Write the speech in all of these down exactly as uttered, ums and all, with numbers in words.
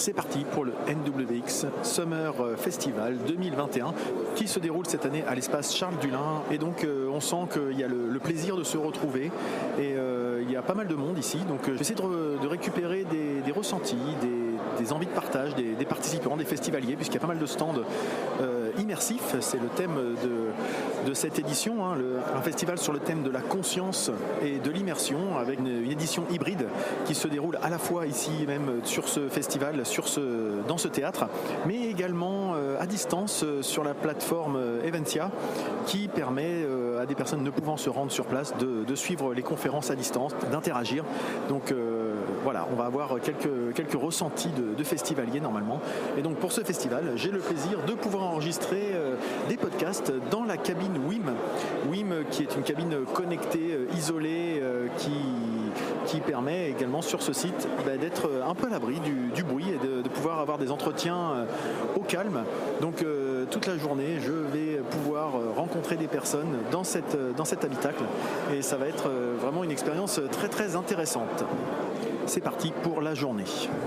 c'est parti pour le N W X Summer Festival deux mille vingt et un qui se déroule cette année à l'espace Charles Dullin. Et donc euh, on sent qu'il y a le, le plaisir de se retrouver et euh, il y a pas mal de monde ici. Donc euh, j'essaie de, de récupérer des, des ressentis, des, des envies de partage des, des participants, des festivaliers, puisqu'il y a pas mal de stands euh, immersifs. C'est le thème de, de cette édition, hein, le, un festival sur le thème de la conscience et de l'immersion, avec une, une édition hybride qui se déroule à la fois ici même sur ce festival, sur ce, dans ce théâtre, mais également euh, à distance euh, sur la plateforme euh, Eventia, qui permet euh, à des personnes ne pouvant se rendre sur place de, de suivre les conférences à distance, d'interagir. Donc euh, voilà, on va avoir quelques, quelques ressentis de, de festivaliers normalement. Et donc pour ce festival, j'ai le plaisir de pouvoir enregistrer euh, des podcasts dans la cabine W I M. W I M qui est une cabine connectée, euh, isolée, euh, qui qui permet également sur ce site bah, d'être un peu à l'abri du, du bruit et de, de pouvoir avoir des entretiens euh, au calme. Donc euh, toute la journée, je vais pouvoir rencontrer des personnes dans, cette, dans cet habitacle et ça va être euh, vraiment une expérience très très intéressante. C'est parti pour la journée.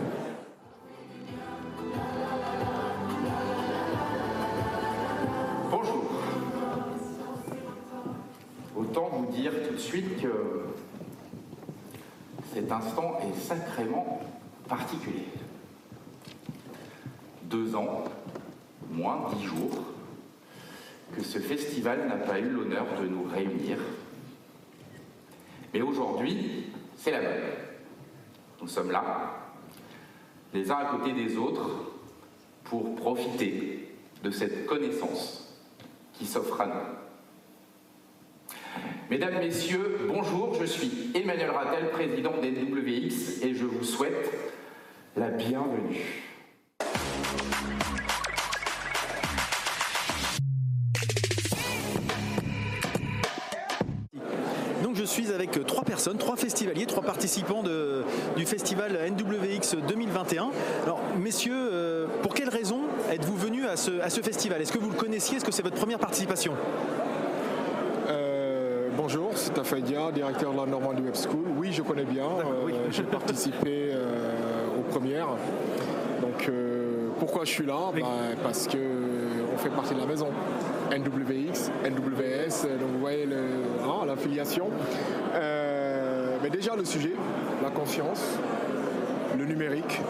Bonjour. Autant vous dire tout de suite que cet instant est sacrément particulier. Deux ans, moins dix jours, que ce festival n'a pas eu l'honneur de nous réunir. Mais aujourd'hui, c'est la bonne. Nous sommes là, les uns à côté des autres, pour profiter de cette connaissance qui s'offre à nous. Mesdames, Messieurs, bonjour, je suis Emmanuel Rattel, président d'N W X et je vous souhaite la bienvenue. Donc je suis avec trois personnes, trois festivaliers, trois participants de, du festival N W X deux mille vingt et un. Alors messieurs, euh, pour quelles raisons êtes-vous venus à ce, à ce festival? Est-ce que vous le connaissiez? Est-ce que c'est votre première participation? Bonjour, c'est Tafadia, directeur de la Normandie Web School. Oui, je connais bien. Euh, oui. J'ai participé euh, aux premières. Donc, euh, pourquoi je suis là? Oui. Bah, parce que on fait partie de la maison. N W X, N W S, donc vous voyez le, hein, l'affiliation. Euh, mais déjà le sujet, la conscience, le numérique.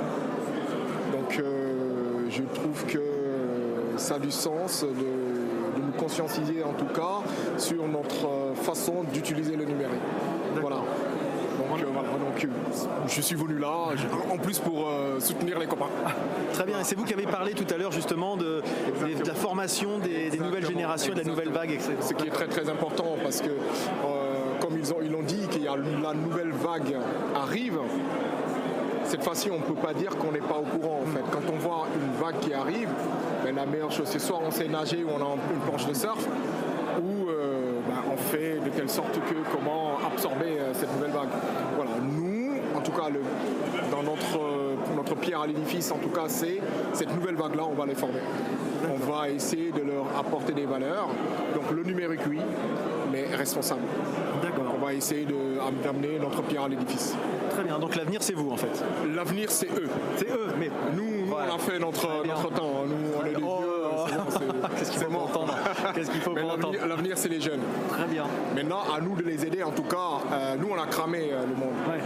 Donc, euh, je trouve que ça a du sens de de nous conscientiser en tout cas sur notre façon d'utiliser le numérique. D'accord. Voilà. Donc, euh, voilà. Donc euh, je suis venu là, je, en plus pour euh, soutenir les copains. Très bien, et c'est vous qui avez parlé tout à l'heure justement de, de la formation des, des nouvelles générations, de la nouvelle vague, et cetera. Ce qui est très très important parce que euh, comme ils ont ils l'ont dit qu'il y a la nouvelle vague arrive. Cette fois-ci, on ne peut pas dire qu'on n'est pas au courant en fait. Quand on voit une vague qui arrive, ben, la meilleure chose, c'est soit on sait nager ou on a une planche de surf, ou euh, ben, on fait de telle sorte que comment absorber euh, cette nouvelle vague. Voilà, nous, en tout cas, le, dans notre, euh, notre pierre à l'édifice, en tout cas, c'est cette nouvelle vague-là, on va les former. On va essayer de leur apporter des valeurs. Donc le numérique, oui, mais responsable. D'accord. Donc, on va essayer de, d'amener notre pierre à l'édifice. Très bien, donc l'avenir c'est vous en fait. L'avenir c'est eux. C'est eux, mais nous, voilà. On a fait notre, notre temps. Nous on est les oh, vieux. Oh. C'est bon, c'est... Qu'est-ce qu'il faut pour entendre Qu'est-ce qu'il faut pour l'avenir, entendre l'avenir c'est les jeunes. Très bien. Maintenant à nous de les aider. En tout cas, euh, nous on a cramé euh, le monde. Ouais.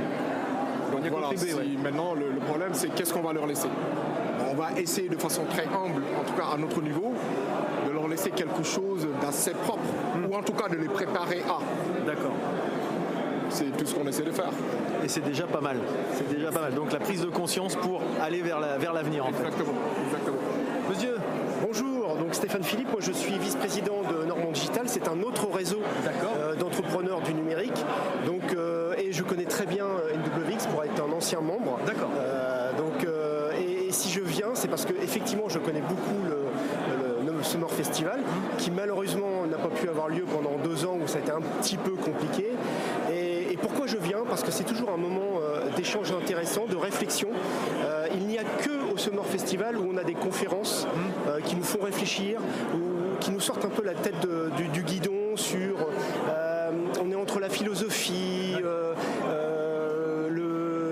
Donc voilà. Si, ouais. Maintenant le, le problème c'est qu'est-ce qu'on va leur laisser. On va essayer de façon très humble, en tout cas à notre niveau, de leur laisser quelque chose d'assez propre, mmh. ou en tout cas de les préparer à. D'accord. C'est tout ce qu'on essaie de faire. Et c'est déjà pas mal. C'est déjà pas mal. Donc la prise de conscience pour aller vers, la, vers l'avenir. En Exactement. Fait. Exactement. Monsieur. Bonjour, donc Stéphane Philippe, moi je suis vice-président de Normand Digital, c'est un autre réseau euh, d'entrepreneurs du numérique. Donc, euh, et je connais très bien N W X pour être un ancien membre. D'accord. Euh, donc, euh, et, et si je viens, c'est parce que effectivement je connais beaucoup le, le, le Summer Festival, qui malheureusement n'a pas pu avoir lieu pendant deux ans où ça a été un petit peu compliqué. Et, et pourquoi je viens? Parce que c'est toujours un moment euh, d'échange intéressant, de réflexion. Euh, il n'y a que au Summer Festival où on a des conférences euh, qui nous font réfléchir, ou qui nous sortent un peu la tête de, du, du guidon sur... Euh, on est entre la philosophie, euh, euh, le, la, la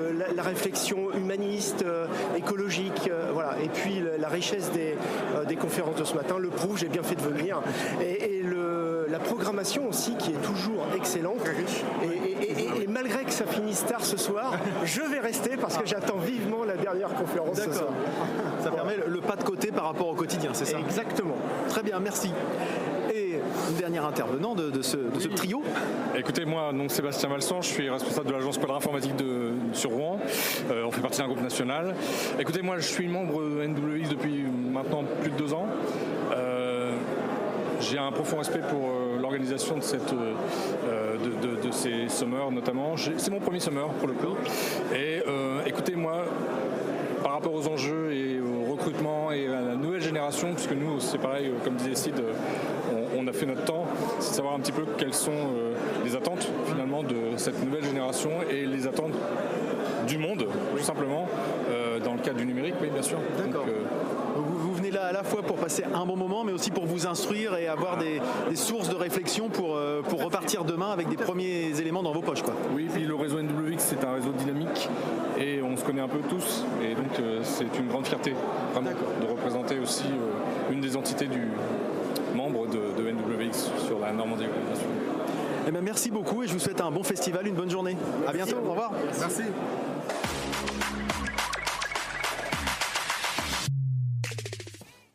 réflexion humaniste, euh, écologique, euh, voilà. Et puis le, la richesse des, euh, des conférences de ce matin le prouve, j'ai bien fait de venir. Et, et le, la programmation aussi qui est toujours excellente. Et, et, et, et malgré que ça finisse tard ce soir, je vais rester parce que j'attends vivement la dernière conférence ce soir. Ça permet le, le pas de côté par rapport au quotidien, c'est ça? Exactement. Très bien, merci. Et une dernière intervenant de, de, ce, de oui. ce trio. Écoutez, moi, donc Sébastien Malsan, je suis responsable de l'agence Quadra Informatique de, sur Rouen. Euh, on fait partie d'un groupe national. Écoutez, moi, je suis membre de N W X depuis maintenant plus de deux ans. Euh, j'ai un profond respect pour euh, l'organisation de, cette, euh, de, de, de ces summers, notamment. C'est mon premier summer, pour le coup. Et euh, écoutez, moi, par rapport aux enjeux et au recrutement et à la nouvelle génération, puisque nous, c'est pareil, comme disait Sid, on, on a fait notre temps, c'est de savoir un petit peu quelles sont euh, les attentes finalement de cette nouvelle génération et les attentes du monde, tout simplement, euh, dans le cadre du numérique, oui, bien sûr. D'accord. Donc, euh, vous, vous venez là à la fois pour passer un bon moment, mais aussi pour vous instruire et avoir des, des sources de réflexion pour, euh, pour repartir demain avec des premiers éléments dans vos poches, quoi. Oui, puis le réseau N W X, c'est un réseau dynamique et on se connaît un peu tous, et donc euh, c'est une grande fierté, vraiment, de représenter aussi euh, une des entités du membre de, de N W X sur la Normandie. Eh bien, merci beaucoup et je vous souhaite un bon festival, une bonne journée. À bientôt, au revoir. Merci.